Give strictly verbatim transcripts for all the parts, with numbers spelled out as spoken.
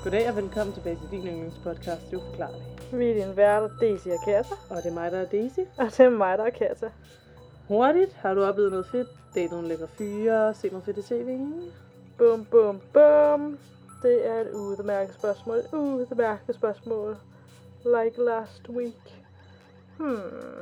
Goddag og velkommen tilbage til din yndlingspodcast, Du Forklarer Det. Vi er dine værter, Daisy og Kata. Og det er mig, der er Daisy. Og det er mig, der er Kata. Hurtigt, har du oplevet noget fedt? Datet nogle lækre fyre? Set noget fedt i tv? Bum, bum, bum. Det er et udmærket spørgsmål. Udmærket spørgsmål. Like last week. Hmm.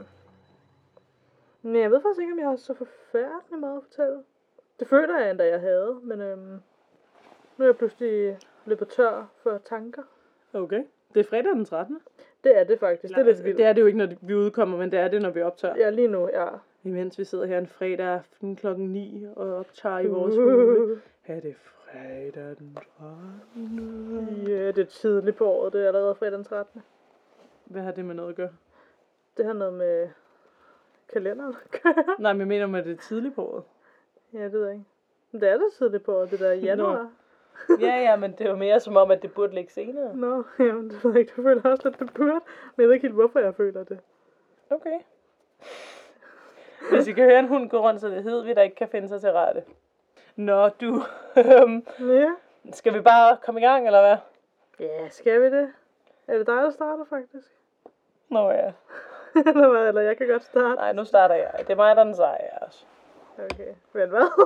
Men jeg ved faktisk ikke, om jeg har så forfærdeligt meget at fortælle. Det føler jeg endda, jeg havde. Men øhm, nu er jeg pludselig løbet tør for tanker. Okay. Det er fredag den trettende. Det er det faktisk. Det er lidt vildt. Det er det jo ikke, når vi udkommer, men det er det, når vi optager. Ja, lige nu, ja. Imens vi sidder her en fredag aften klokken ni og optager i vores hule. Er det fredag den trettende? Ja, det er tidligt på året. Det er allerede fredag den trettende. Hvad har det med noget at gøre? Det har noget med kalenderen at gøre. Nej, men jeg mener, at det er tidligt på året. Ja, det ved jeg ikke. Men det er da tidligt på året, det der i januar. Ja, ja, men det er jo mere som om, at det burde ligge senere. Nå, jamen, det ved jeg ikke. Jeg føler også, at det burde. Men jeg ved ikke helt, hvorfor jeg føler det. Okay. Hvis I kan høre en hund gå rundt, så det hedder vi, der ikke kan finde sig til rette. Nå, du. Ja. Skal vi bare komme i gang, eller hvad? Ja, skal vi det? Er det dig, der starter, faktisk? Nå ja. Eller hvad? Eller jeg kan godt starte. Nej, nu starter jeg. Det er mig, der er den seje, altså. Okay. Men hvad?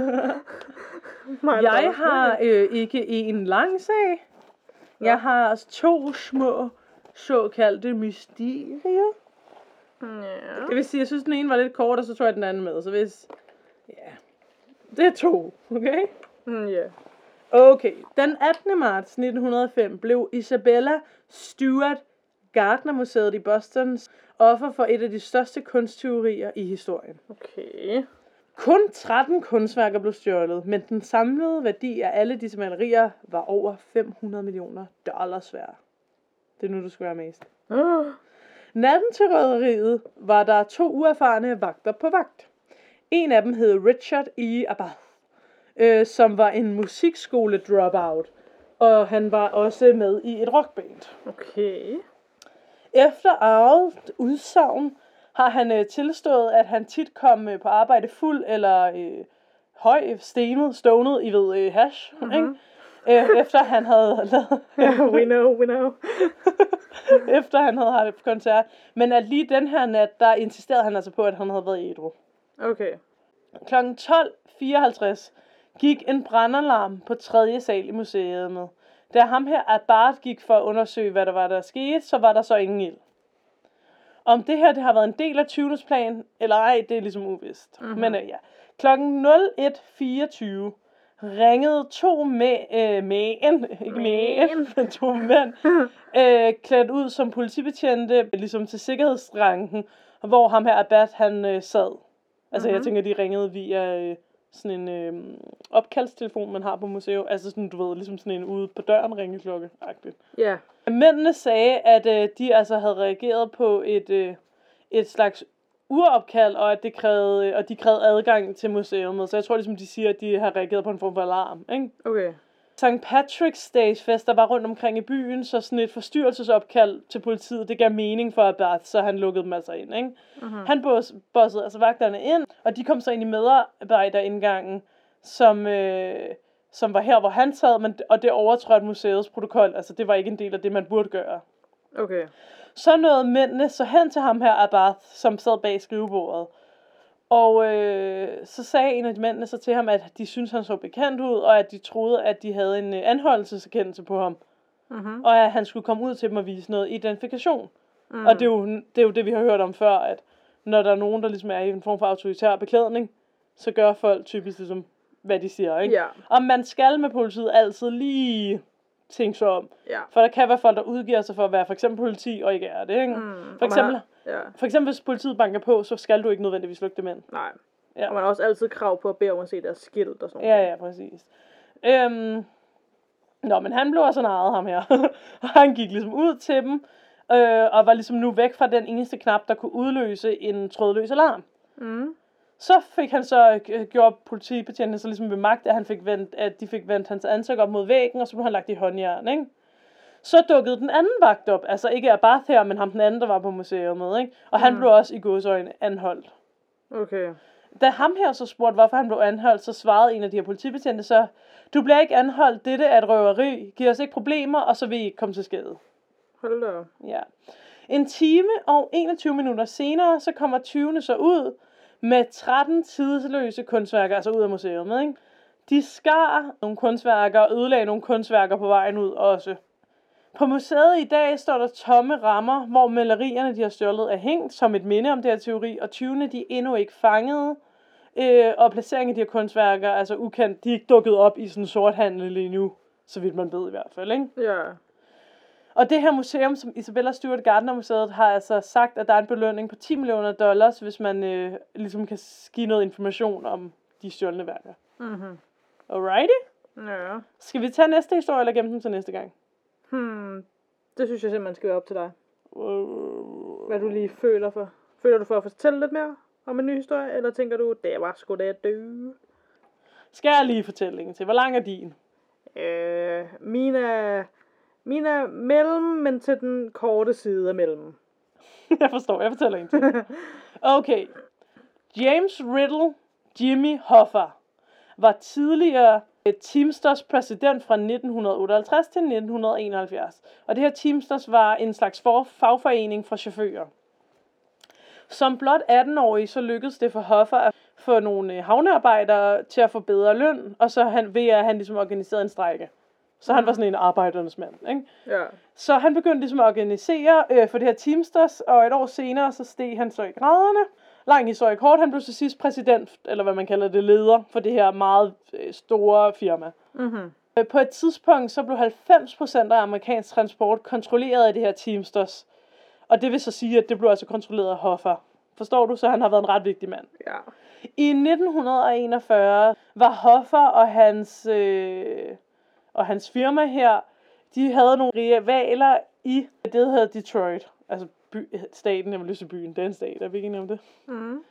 mig, jeg har øh, ikke en lang sag. Nå. Jeg har to små såkaldte mysterier. Ja. Det vil sige, jeg synes, den ene var lidt kort, og så tror jeg den anden med. Så hvis... Ja. Det er to, okay? Mm, ja. Okay. Den attende marts nitten hundrede og fem blev Isabella Stewart Gardner-museet i Boston offer for et af de største kunsttyverier i historien. Okay. Kun tretten kunstværker blev stjålet, men den samlede værdi af alle disse malerier var over fem hundrede millioner dollars værd. Det er nu, du skal være mest. Uh. Natten til røveriet var der to uerfarne vagter på vagt. En af dem hed Richard E. Abath, øh, som var en musikskole dropout, og han var også med i et rockband. Okay. Efter eget udsagn har han øh, tilstået, at han tit kom øh, på arbejde fuld eller øh, høj, stenet, stonet, I ved, øh, hash, mm-hmm. ikke? Øh, efter han havde lavet... we know, we know. efter han havde haft koncert. Men at lige den her nat, der insisterede han altså på, at han havde været ædru. Okay. klokken tolv fireoghalvtreds gik en brandalarm på tredje sal i museet med. Da ham her Abath gik for at undersøge, hvad der var, der skete, så var der så ingen ild. Om det her det har været en del af tyvenes plan, eller ej, det er ligesom uvist. Mm-hmm. Men øh, ja. klokken nul et fireogtyve ringede to med, øh, mænd, ikke mænd, men to mænd, øh, klædt ud som politibetjente, ligesom til sikkerhedsranken, hvor ham her Abath, han øh, sad. Altså mm-hmm. jeg tænker, de ringede via øh, sådan en øh, opkaldstelefon, man har på museet. Altså sådan, du ved, ligesom sådan en ude på døren ringeklokke-agtigt. Ja. Yeah. Mændene sagde, at øh, de altså havde reageret på et, øh, et slags uropkald, og at det krævede, øh, og de krævede adgang til museet. Så jeg tror ligesom, de siger, at de har reageret på en form for alarm, ikke? Okay. Sankt Patrick's Days fest, der var rundt omkring i byen, så sådan et forstyrrelsesopkald til politiet, det gav mening for Abath, så han lukkede dem altså ind, ikke? Uh-huh. Han bos, bossede altså vagterne ind, og de kom så ind i medarbejderindgangen, som, øh, som var her, hvor han sad, men, og det overtrådte museets protokol, altså det var ikke en del af det, man burde gøre. Okay. Så nåede mændene så hen til ham her Abath, som sad bag skrivebordet. Og øh, så sagde en af de mændene så til ham, at de syntes, han så bekendt ud, og at de troede, at de havde en øh, anholdelseserkendelse på ham. Mm-hmm. Og at han skulle komme ud til dem og vise noget identifikation. Mm. Og det er, jo, det er jo det, vi har hørt om før, at når der er nogen, der ligesom er i en form for autoritær beklædning, så gør folk typisk ligesom, hvad de siger, ikke? Ja. Og man skal med politiet altid lige tænke sig om. Ja. For der kan være folk, der udgiver sig for at være for eksempel politi, og ikke er det, ikke? Mm. For eksempel... Har, ja. For eksempel, hvis politiet banker på, så skal du ikke nødvendigvis lukke dem ind. Nej. Ja. Og man har også altid krav på at bede om at se deres skilt og sådan noget. Ja, ja, præcis. Øhm, nå, men han blev også narret, ham her. Og han gik ligesom ud til dem, øh, og var ligesom nu væk fra den eneste knap, der kunne udløse en trådløs alarm. Mm. Så fik han så øh, gjort politibetjentene så ligesom ved magt, at, han fik vendt, at de fik vendt hans ansigt op mod væggen, og så blev han lagt i håndjern, ikke? Så dukkede den anden vagt op, altså ikke Abath her, men ham den anden, der var på museet med, ikke? Og han mm. blev også i gåseøjne anholdt. Okay. Da ham her så spurgte, hvorfor han blev anholdt, så svarede en af de her politibetjente så, du bliver ikke anholdt, dette er et røveri, giver os ikke problemer, og så vil I ikke komme til skade. Hold da. Ja. En time og enogtyve minutter senere, så kommer tyvene så ud med tretten tidsløse kunstværker, altså ud af museet, ikke? De skar nogle kunstværker og ødelagde nogle kunstværker på vejen ud også. På museet i dag står der tomme rammer, hvor malerierne, de har stjålet, er hængt som et minde om det her teori, og tyvene, de er endnu ikke fanget, øh, og placeringen af de her kunstværker, altså ukendt, de er ikke dukket op i sådan en sort handel lige nu, så vidt man ved i hvert fald, ikke? Ja. Og det her museum, som Isabella Stewart Gardner Museet, har altså sagt, at der er en belønning på ti millioner dollars, hvis man øh, ligesom kan give noget information om de stjålne værker. Mhm. Alrighty? Ja. Skal vi tage næste historie, eller gemme den til næste gang? Hmm. Det synes jeg simpelthen skal være op til dig. Uh, Hvad du lige føler for. Føler du for at fortælle lidt mere om en ny historie, eller tænker du, det var sgu da dø? Skal jeg lige fortælle en til? Hvor lang er din? Øh, min er, min er mellem, men til den korte side af mellem. Jeg forstår, jeg fortæller en til. Okay. James Riddle Jimmy Hoffa var tidligere Teamsters præsident fra nitten otteoghalvtreds til nitten enoghalvfjerds. Og det her Teamsters var en slags for- fagforening for chauffører. Som blot atten-årig, så lykkedes det for Hoffa at få nogle havnearbejdere til at få bedre løn, og så han, ved at han ligesom organiserede en strejke. Så han var sådan en arbejdernes mand, ikke? Ja. Så han begyndte ligesom at organisere øh, for det her Teamsters, og et år senere, så steg han så i graderne. Lang historie kort, han blev til sidst præsident, eller hvad man kalder det, leder for det her meget øh, store firma. Mhm. Øh, på et tidspunkt, så blev halvfems procent af amerikansk transport kontrolleret af det her Teamsters. Og det vil så sige, at det blev altså kontrolleret af Hoffa. Forstår du? Så han har været en ret vigtig mand. Ja. I nitten enogfyrre var Hoffa og hans, øh, og hans firma her, de havde nogle rivaler i det, der hedder Detroit. Altså by, staten, jeg vil lyse byen, den stat, er vi ikke enige om det? Mhm.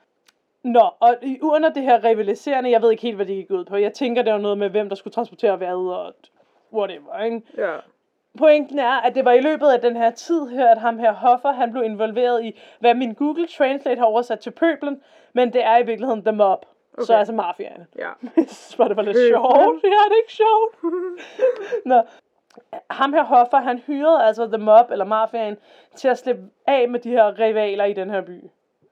Nå, og i- under det her rivaliserende, jeg ved ikke helt, hvad det gik ud på. Jeg tænker, det var noget med, hvem der skulle transportere hvad og whatever, ikke? Ja. Pointen er, at det var i løbet af den her tid her, at ham her Hoffa, han blev involveret i, hvad min Google Translate har oversat til pøblen, men det er i virkeligheden The Mob. Okay. Så Okay. altså mafiaen. Ja. Jeg synes bare, det var lidt Pøblen. sjovt. Ja, det er ikke sjovt. Nå. Ham her Hoffa, han hyrede altså The Mob, eller mafiaen, til at slippe af med de her rivaler i den her by.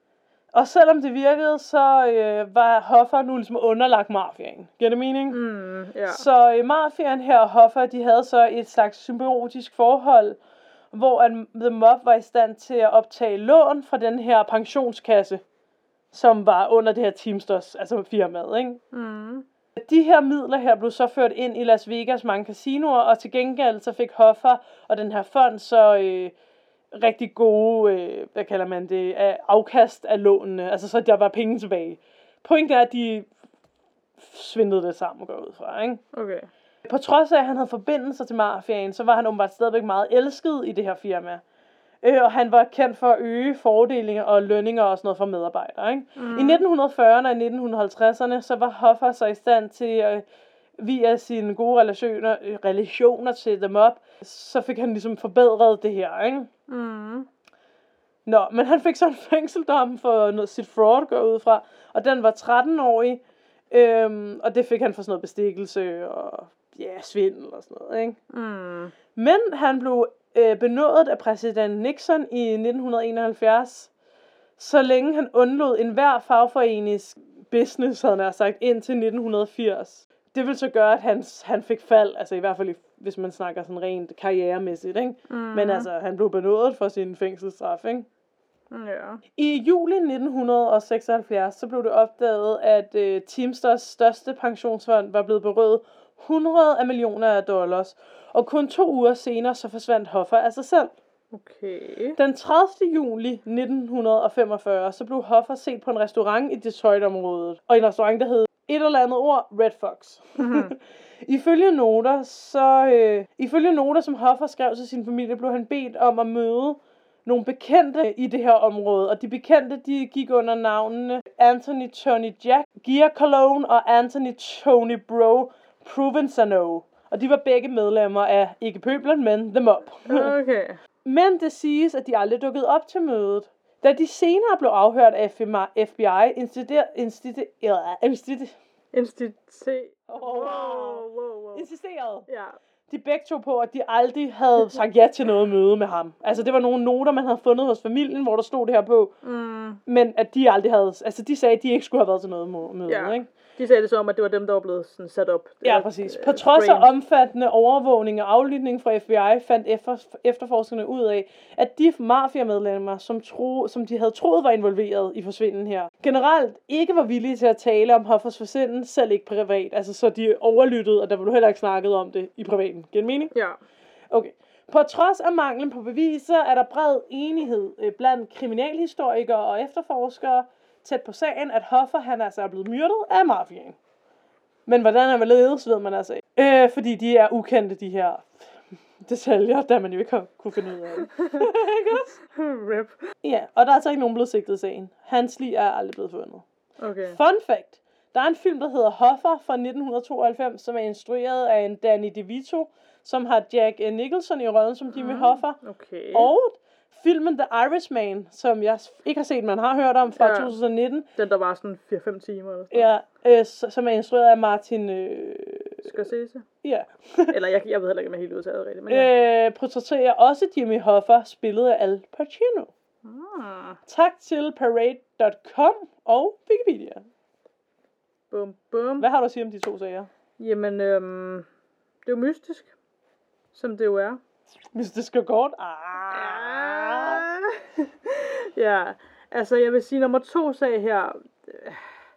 Og selvom det virkede, så øh, var Hoffa nu ligesom underlagt mafiaen. Giver det mening? Mm, ja. Så øh, mafiaen her og Hoffa, de havde så et slags symbiotisk forhold, hvor at The Mob var i stand til at optage lån fra den her pensionskasse, som var under det her Teamsters, altså firmaet, ikke? Mm. De her midler her blev så ført ind i Las Vegas mange casinoer, og til gengæld så fik Hoffa og den her fond så øh, rigtig gode, øh, hvad kalder man det, af afkast af lånene, altså så der var penge tilbage. Pointen er, at de svindlede det sammen, går ud fra, ikke? Okay. På trods af, at han havde forbindelser til mafiaen, så var han åbenbart stadigvæk meget elsket i det her firma. Øh, og han var kendt for at øge fordelinger og lønninger og sådan noget for medarbejdere, ikke? Mm. I nitten fyrrerne og nitten halvtredserne, så var Hoffa så i stand til, øh, via sine gode relationer, øh, relationer til The Mob, så fik han ligesom forbedret det her, ikke? Mm. Nå, men han fik så en fængseldom for noget, sit fraud, går ud fra, og den var tretten-årig, øhm, og det fik han for sådan noget bestikkelse og ja, svindel og sådan noget, ikke? Mm. Men han blev øh, benådet af præsident Nixon i nitten enoghalvfjerds, så længe han undlod enhver fagforenings business, havde han sagt, indtil nitten firs. Det vil så gøre, at han, han fik fald, altså i hvert fald, hvis man snakker sådan rent karrieremæssigt, ikke? Mm. Men altså, han blev benådet for sin fængselsstraf, ikke? Ja. I juli nitten seksoghalvfjerds, så blev det opdaget, at øh, Teamsters største pensionsfond var blevet berøvet hundrede af millioner af dollars, og kun to uger senere, så forsvandt Hoffa af sig selv. Okay. Den tredivte juli nitten femogfyrre, så blev Hoffa set på en restaurant i Detroit-området, og en restaurant, der hed et eller andet ord, Red Fox. Mm-hmm. Ifølge noter, så, øh, ifølge noter, som Hoffa skrev til sin familie, blev han bedt om at møde nogle bekendte i det her område, og de bekendte, de gik under navnene Anthony Tony Jack Giacalone og Anthony Tony Bro Provenzano. Og de var begge medlemmer af, ikke pøblen, men The Mob. Okay. Men det siges, at de aldrig dukkede op til mødet. Da de senere blev afhørt af F B I, insister, insister, insister, Institut. oh, Wow, wow. wow, wow. insisterede Ja. de begge to på, at de aldrig havde sagt ja til noget møde med ham. Altså, det var nogle noter, man havde fundet hos familien, hvor der stod det her på. Mm. Men at de aldrig havde... Altså, de sagde, at de ikke skulle have været til noget møde, Ja. ikke? De sagde det som, at det var dem, der var blevet sådan sat op. Ja, præcis. På trods af omfattende overvågning og aflytning fra F B I, fandt efter, efterforskerne ud af, at de mafia-medlemmer, som, tro, som de havde troet var involveret i forsvinden her, generelt ikke var villige til at tale om Hoffers forsvinden, selv ikke privat. Altså, så de overlyttede, og der blev heller ikke snakket om det i privaten. Giver det mening? Ja. Okay. På trods af manglen på beviser, er der bred enighed blandt kriminalhistorikere og efterforskere tæt på sagen, at Hoffer han altså er blevet myrdet af mafiaen. Men hvordan han var ledes, ved man altså ikke. Øh, fordi de er ukendte, de her detaljer, der man jo ikke har kunne finde ud af det. Rip. Ja, og der er altså ikke nogen blevet sigtet i sagen. Hans lig er aldrig blevet fundet. Okay. Fun fact. Der er en film, der hedder Hoffer fra nitten tooghalvfems, som er instrueret af en Danny DeVito, som har Jack Nicholson i rollen som Jimmy Hoffa. Okay. Og filmen The Irishman, som jeg ikke har set, man har hørt om fra ja. to tusind nitten. Den, der var sådan fire fem timer. Eller sådan. Ja, øh, som er instrueret af Martin... Øh, Scorsese? Ja. Eller jeg, jeg ved heller ikke, om jeg er helt udtaget rigtigt. Men ja. øh, portrætterer også Jimmy Hoffa, spillet af Al Pacino. Ah. Tak til Parade punktum com og Wikipedia. Bum, bum. Hvad har du at sige om de to sager? Jamen, øhm, det er jo mystisk. Som det jo er. Hvis det skal godt. Ah. Ja, altså jeg vil sige, nummer to sag her, øh,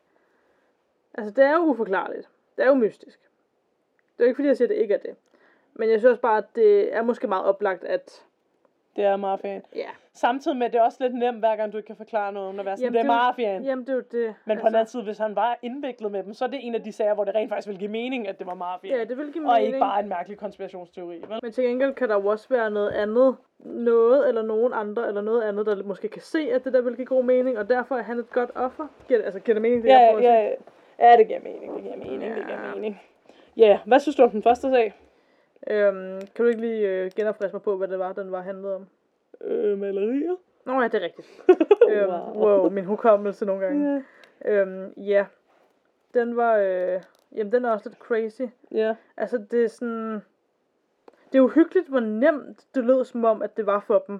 altså det er jo uforklarligt. Det er jo mystisk. Det er jo ikke fordi, jeg siger, at det ikke er det. Men jeg synes også bare, at det er måske meget oplagt, at... Det er mafiaen. Ja. Samtidig med, at det er også lidt nemt, hver gang du ikke kan forklare noget, når det er mafiaen. Jamen det er jo det. Men altså, på den anden side, hvis han var indviklet med dem, så er det en af de sager, hvor det rent faktisk vil give mening, at det var mafiaen. Ja, det vil give og mening. ikke bare en mærkelig konspirationsteori. Vel? Men til gengæld kan der jo også være noget andet, noget eller nogen andre, eller noget andet, der måske kan se, at det der vil give god mening, og derfor er han et godt offer. Giver det, altså, giver det mening, det ja, jeg prøver ja, at sige? Ja, det giver mening, det giver mening, ja. det giver mening. Ja, hvad synes du om den første sag? Øhm, kan du ikke lige øh, genopfriske mig på, hvad det var, den var handlet om? Øh, malerier? Nå ja, det er rigtigt. øhm, wow. wow, min hukommelse nogle gange. Yeah. Øhm, ja, den var, øh, jamen den er også lidt crazy. Ja. Yeah. Altså det er sådan, det er uhyggeligt, hvor nemt det lød som om, at det var for dem.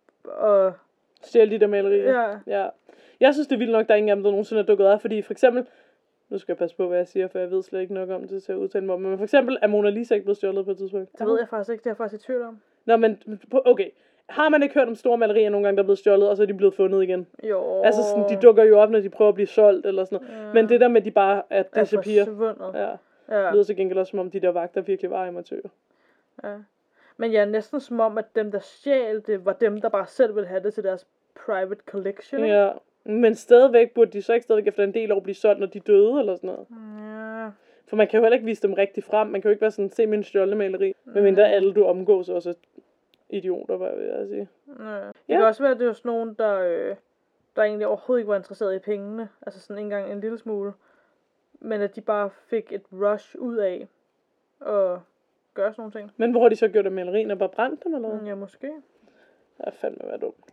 Og stjæle de der malerier. Ja. Ja. Jeg synes, det er vildt nok, der er ingen af dem, der nogensinde er dukket af, fordi for eksempel, nu skal jeg passe på, hvad jeg siger, for jeg ved slet ikke nok om det til at udtale mig om, men for eksempel er Mona Lisa ikke blevet stjålet på et tidspunkt. Det ved jeg faktisk ikke, det er jeg faktisk i tvivl om. Nå, men okay. Har man ikke hørt om store malerier nogle gange, der er blevet stjålet, og så er de blevet fundet igen? Jo. Altså sådan, de dukker jo op, når de prøver at blive solgt, eller sådan noget. Ja. Men det der med, at de bare er disappear. Ja. Ja. Lyder så gengæld også, som om de der vagter virkelig var amatører. Ja. Men ja, næsten som om, at dem, der stjal det, var dem, der bare selv ville have det til deres private collection. Ja. Men stadigvæk burde de så ikke stadigvæk efter en del år blive solgt, når de døde, eller sådan noget. Ja. For man kan jo heller ikke vise dem rigtig frem. Man kan jo ikke være sådan, se min stjålne maleri. Mm. Medmindre alle du omgås også er idioter, hvad vil jeg sige. Ja. Det ja. kan også være, at det er sådan nogen, der, øh, der egentlig overhovedet ikke var interesseret i pengene. Altså sådan ikke engang en lille smule. Men at de bare fik et rush ud af at gøre sådan nogle ting. Men hvor har de så gjort af malerien og bare brændt dem, eller hvad? Ja, måske. Det er fandme været dumt.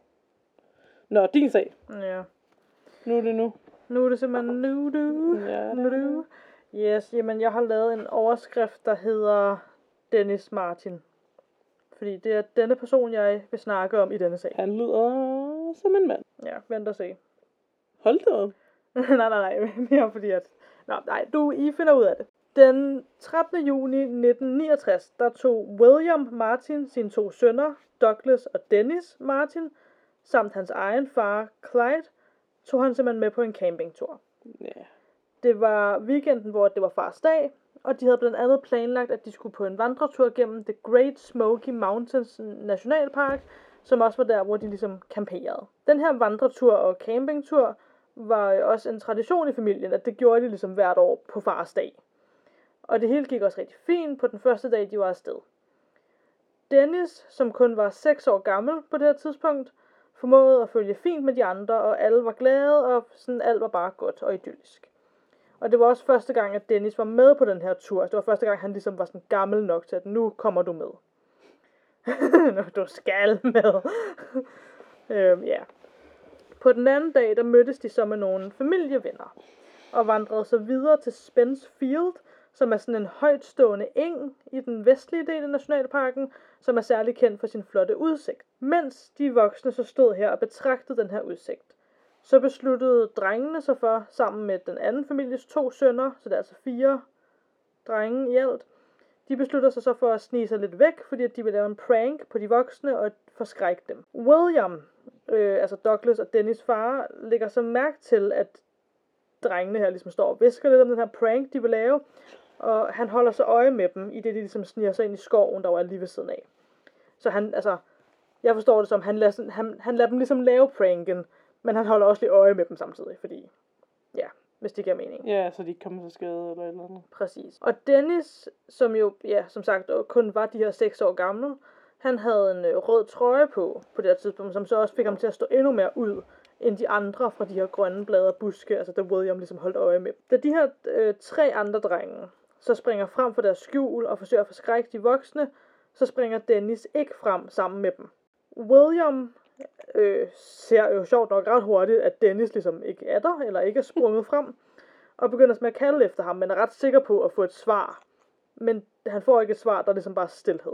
Nå, din sag. Ja. Nu er det nu. Nu er det simpelthen nu du. Ja, nu du. Yes, jamen jeg har lavet en overskrift, der hedder Dennis Martin. Fordi det er denne person, jeg vil snakke om i denne sag. Han lyder som en mand. Ja, vent og se. Hold da op. nej, nej, nej. Mere fordi at... Nå, nej, du, I finder ud af det. Den trettende juni nitten niogtres, der tog William Martin sine to sønner, Douglas og Dennis Martin, samt hans egen far, Clyde, tog han simpelthen med på en campingtur. Ja. Yeah. Det var weekenden, hvor det var fars dag, og de havde blandt andet planlagt, at de skulle på en vandretur gennem The Great Smoky Mountains Nationalpark, som også var der, hvor de ligesom camperede. Den her vandretur og campingtur var også en tradition i familien, at det gjorde de ligesom hvert år på fars dag. Og det hele gik også rigtig fint på den første dag, de var afsted. Dennis, som kun var seks år gammel på det her tidspunkt, formåede at følge fint med de andre, og alle var glade, og sådan alt var bare godt og idyllisk. Og det var også første gang, at Dennis var med på den her tur. Det var første gang, han ligesom var sådan gammel nok til, at nu kommer du med. nu du skal med. øhm, ja. På den anden dag, der mødtes de så med nogle familievenner, og vandrede så videre til Spence Field, som er sådan en højtstående eng i den vestlige del af nationalparken, som er særlig kendt for sin flotte udsigt. Mens de voksne så stod her og betragtede den her udsigt, så besluttede drengene sig for, sammen med den anden families to sønner, så det er altså fire drenge i alt, de beslutter sig så for at snige sig lidt væk, fordi de vil lave en prank på de voksne og forskrække dem. William, øh, altså Douglas og Dennis far, lægger så mærke til, at drengene her ligesom står og visker lidt om den her prank, de vil lave, og han holder så øje med dem, i det de ligesom sniger sig ind i skoven, der var lige ved siden af. Så han, altså, jeg forstår det som, han lader, han, han lader dem ligesom lave pranken, men han holder også lige øje med dem samtidig, fordi, ja, hvis det giver mening. Ja, så de ikke kommer til skade eller et eller andet. Præcis. Og Dennis, som jo, ja, som sagt, kun var de her seks år gamle, han havde en øh, rød trøje på, på det her tidspunkt, som så også fik ham til at stå endnu mere ud, end de andre fra de her grønne blade og buske, altså da William ligesom holdt øje med. Da de her øh, tre andre drenge så springer frem for deres skjul og forsøger at forskrække de voksne, så springer Dennis ikke frem sammen med dem. William øh, ser jo sjovt nok ret hurtigt, at Dennis ligesom ikke er der, eller ikke er sprunget frem, og begynder med at kalde efter ham, men er ret sikker på at få et svar. Men han får ikke et svar, der er ligesom bare stilhed.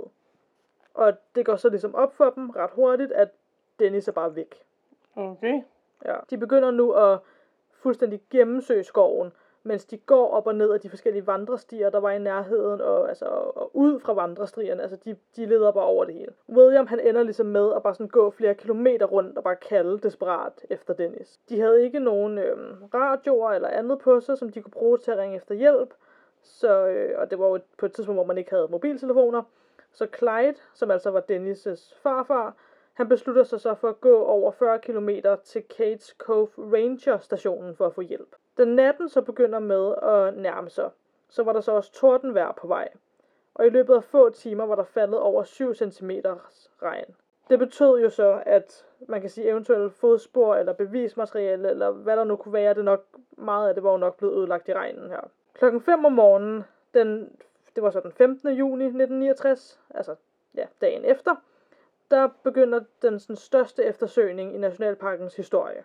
Og det går så ligesom op for dem ret hurtigt, at Dennis er bare væk. Okay. Ja. De begynder nu at fuldstændig gennemsøge skoven, mens de går op og ned af de forskellige vandrestier, der var i nærheden, og, altså, og ud fra vandrestierne. Altså, de, de leder bare over det hele. William, han ender ligesom med at bare sådan gå flere kilometer rundt og bare kalde desperat efter Dennis. De havde ikke nogen øhm, radioer eller andet på sig, som de kunne bruge til at ringe efter hjælp. Så, øh, og det var jo på et tidspunkt, hvor man ikke havde mobiltelefoner. Så Clyde, som altså var Dennis' farfar, han beslutter sig så for at gå over fyrre kilometer til Cades Cove Ranger stationen for at få hjælp. Da natten så begynder med at nærme sig, så var der så også tordenvejr på vej. Og i løbet af få timer var der faldet over syv centimeter regn. Det betød jo så, at man kan sige eventuelle fodspor eller bevismateriale, eller hvad der nu kunne være, det nok, meget af det var jo nok blevet ødelagt i regnen her. Klokken fem om morgenen, den, det var så den femtende juni nitten niogtres, altså ja, dagen efter, der begynder den sådan, største eftersøgning i nationalparkens historie.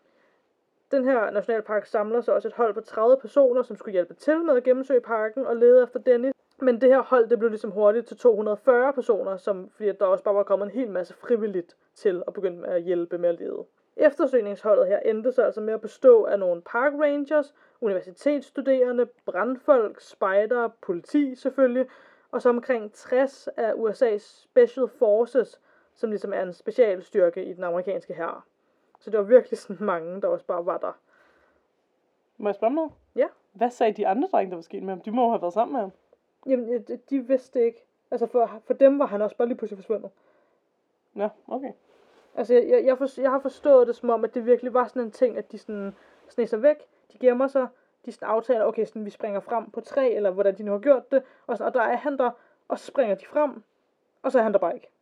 Den her nationalpark samler så også et hold på tredive personer, som skulle hjælpe til med at gennemsøge parken og lede efter Dennis. Men det her hold, det blev ligesom hurtigt til to hundrede og fyrre personer, som, fordi der også bare var kommet en hel masse frivilligt til at begynde med at hjælpe med at lede. Eftersøgningsholdet her endte så altså med at bestå af nogle park rangers, universitetsstuderende, brandfolk, spejdere, politi selvfølgelig, og så omkring tres af U S A's Special Forces, som ligesom er en specialstyrke i den amerikanske hær. Så det var virkelig sådan mange, der også bare var der. Må jeg spørge noget? Ja. Hvad sagde de andre drenge, der var sket med ham? De må jo have været sammen med ham. Jamen, de, de vidste ikke. Altså, for, for dem var han også bare lige pludselig forsvundet. Ja, okay. Altså, jeg, jeg, jeg, for, jeg har forstået det som om, at det virkelig var sådan en ting, at de sådan sneg sig væk, de gemmer sig, de sådan aftaler, okay, sådan, vi springer frem på træ, eller hvordan de nu har gjort det, og, sådan, og der er han der, og så springer de frem, og så er han der bare ikke.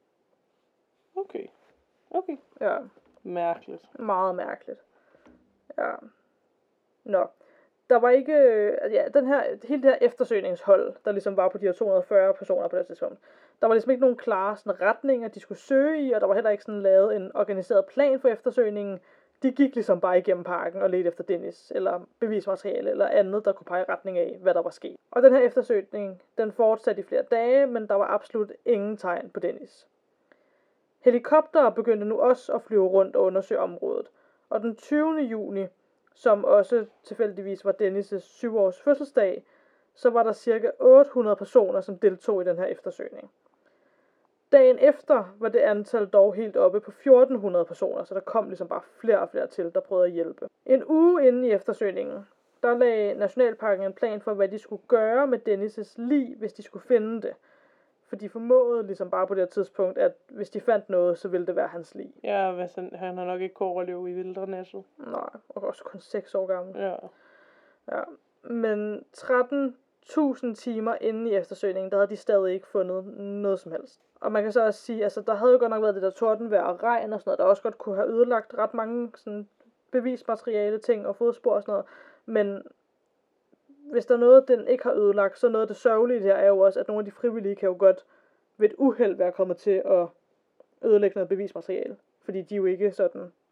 Okay. Okay. Ja. Mærkeligt. Meget mærkeligt. Ja. Nå. Der var ikke, øh, ja, den her, hele det her eftersøgningshold, der ligesom var på de her to hundrede og fyrre personer på det tidspunkt, der var ligesom ikke nogen klare sådan, retninger, de skulle søge i, og der var heller ikke sådan lavet en organiseret plan for eftersøgningen. De gik ligesom bare igennem parken og ledte efter Dennis, eller bevismateriale, eller andet, der kunne pege retning af, hvad der var sket. Og den her eftersøgning, den fortsatte i flere dage, men der var absolut ingen tegn på Dennis. Helikoptere begyndte nu også at flyve rundt og undersøge området, og den tyvende juni, som også tilfældigvis var Dennis' syv års fødselsdag, så var der cirka otte hundrede personer, som deltog i den her eftersøgning. Dagen efter var det antal dog helt oppe på fjorten hundrede personer, så der kom ligesom bare flere og flere til, der prøvede at hjælpe. En uge inden i eftersøgningen, der lagde Nationalparken en plan for, hvad de skulle gøre med Dennis' lig, hvis de skulle finde det. For de formåede ligesom bare på det her tidspunkt, at hvis de fandt noget, så ville det være hans lig. Ja, hvis han, han har nok ikke kunne overleve i vildrenæsset. Nej, og også kun seks år gammel. Ja. Ja. Men tretten tusind timer inde i eftersøgningen, der havde de stadig ikke fundet noget som helst. Og man kan så også sige, altså der havde jo godt nok været det der tordenvejr og regn og sådan noget, der også godt kunne have ødelagt ret mange sådan bevismateriale ting og fodspor og sådan noget. Men hvis der er noget, den ikke har ødelagt, så noget af det sørgelige her er jo også, at nogle af de frivillige kan jo godt ved et uheld være kommet til at ødelægge noget bevismateriale. Fordi de jo ikke sådan,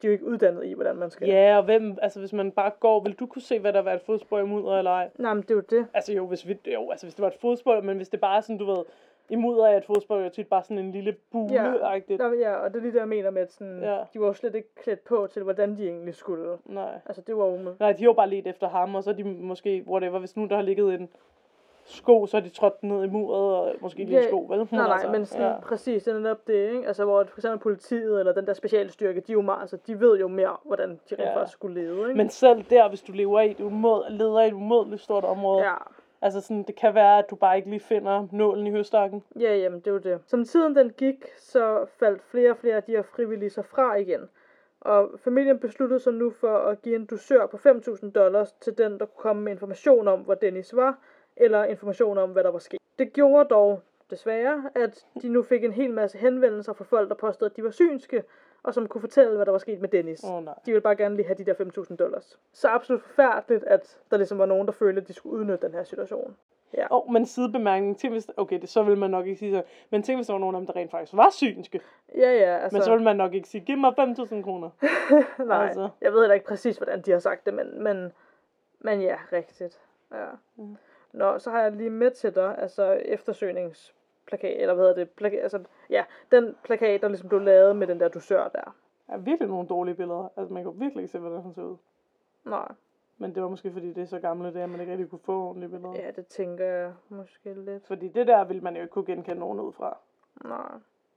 de er jo ikke uddannet i, hvordan man skal. Ja, og hvem, altså hvis man bare går, vil du kunne se, hvad der var et fodspor i mudder eller ej? Nej, men det er jo det. Altså jo, hvis, vi, jo, altså hvis det var et fodspor, men hvis det bare er sådan, du ved, i mudder af et fodspor, er jo tit bare sådan en lille bule-agtigt. Ja, ja, og det er lige det, jeg mener med, at sådan, Ja. de var jo slet ikke klædt på til, hvordan de egentlig skulle. Nej. Altså, det var jo med. Nej, de har jo bare let efter ham, og så er de måske, whatever, hvis nu der har ligget en sko, så har de trådt ned i muret, og måske lige en sko, vel? Nej, nej, altså, men sådan, ja. præcis, det er netop det, ikke? Altså, hvor for eksempel politiet, eller den der specialstyrke, de er jo meget, altså, de ved jo mere, hvordan de rent Ja. faktisk skulle leve, ikke? Men selv der, hvis du lever i et umod, leder i et umådeligt stort område, Ja. altså sådan, det kan være, at du bare ikke lige finder nålen i høstakken. Ja, jamen, det er jo det. Som tiden den gik, så faldt flere og flere af de her frivillige sig fra igen. Og familien besluttede sig nu for at give en dusør på fem tusind dollars til den, der kunne komme med information om, hvor Dennis var, eller information om, hvad der var sket. Det gjorde dog desværre, at de nu fik en hel masse henvendelser fra folk, der påstod, at de var synske, og som kunne fortælle, hvad der var sket med Dennis. Åh, nej. De ville bare gerne lige have de der fem tusind dollars. Så absolut forfærdeligt, at der ligesom var nogen, der følte, at de skulle udnytte den her situation. Ja. Åh, oh, men sidebemærkning, tænk hvis, okay, det, så vil man nok ikke sige så, men tænk hvis der var nogen af dem, der rent faktisk var synske. Ja, ja, altså. Men så vil man nok ikke sige, giv mig fem tusind kroner. Nej, altså. Jeg ved heller ikke præcis, hvordan de har sagt det, men, men, men ja, rigtigt. Ja. Mm. Nå, så har jeg lige med til dig, altså eftersøgningsplakat, eller hvad hedder det, plakat, altså, ja, den plakat, der ligesom blev lavet med den der dusør der. Der er virkelig nogle dårlige billeder. Altså, man kan virkelig ikke se, hvordan han ser ud. Nej. Men det var måske, fordi det er så gamle, det er, at man ikke rigtig kunne få ordentlige billeder. Ja, det tænker jeg måske lidt. Fordi det der ville man jo ikke kunne genkende nogen ud fra. Nej.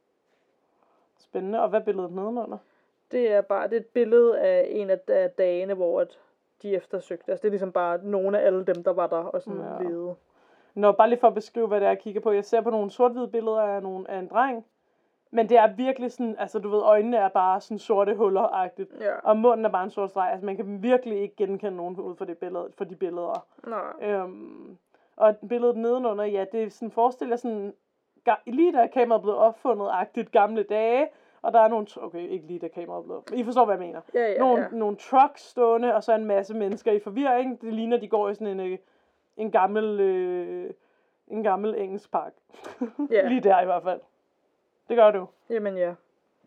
Spændende. Og hvad er billedet nedenunder? Det er bare, det er et billede af en af af dagene, hvor at de eftersøgte. Altså, det er ligesom bare nogle af alle dem, der var der og sådan Ja. levede. Nå, bare lige for at beskrive, hvad det er, jeg kigger på. Jeg ser på nogle sort-hvide billeder af, nogle, af en dreng. Men det er virkelig sådan, altså du ved, øjnene er bare sådan sorte huller-agtigt. Ja. Og munden er bare en sort streg. Altså man kan virkelig ikke genkende nogen ud fra, det billede, for de billeder. Nej. Øhm, og billedet nedenunder, ja, det er sådan, forestiller sådan, ga- lige da kameraet blev opfundet-agtigt gamle dage. Og der er nogle, okay, ikke lige da kameraet blev, men I forstår, hvad jeg mener. Ja, ja, nogle, ja. nogle trucks stående, og så en masse mennesker i forvirring. Det ligner, de går i sådan en, en gammel, øh, en gammel engelsk park. Ja. Lige der i hvert fald. Det gør du. Jamen ja.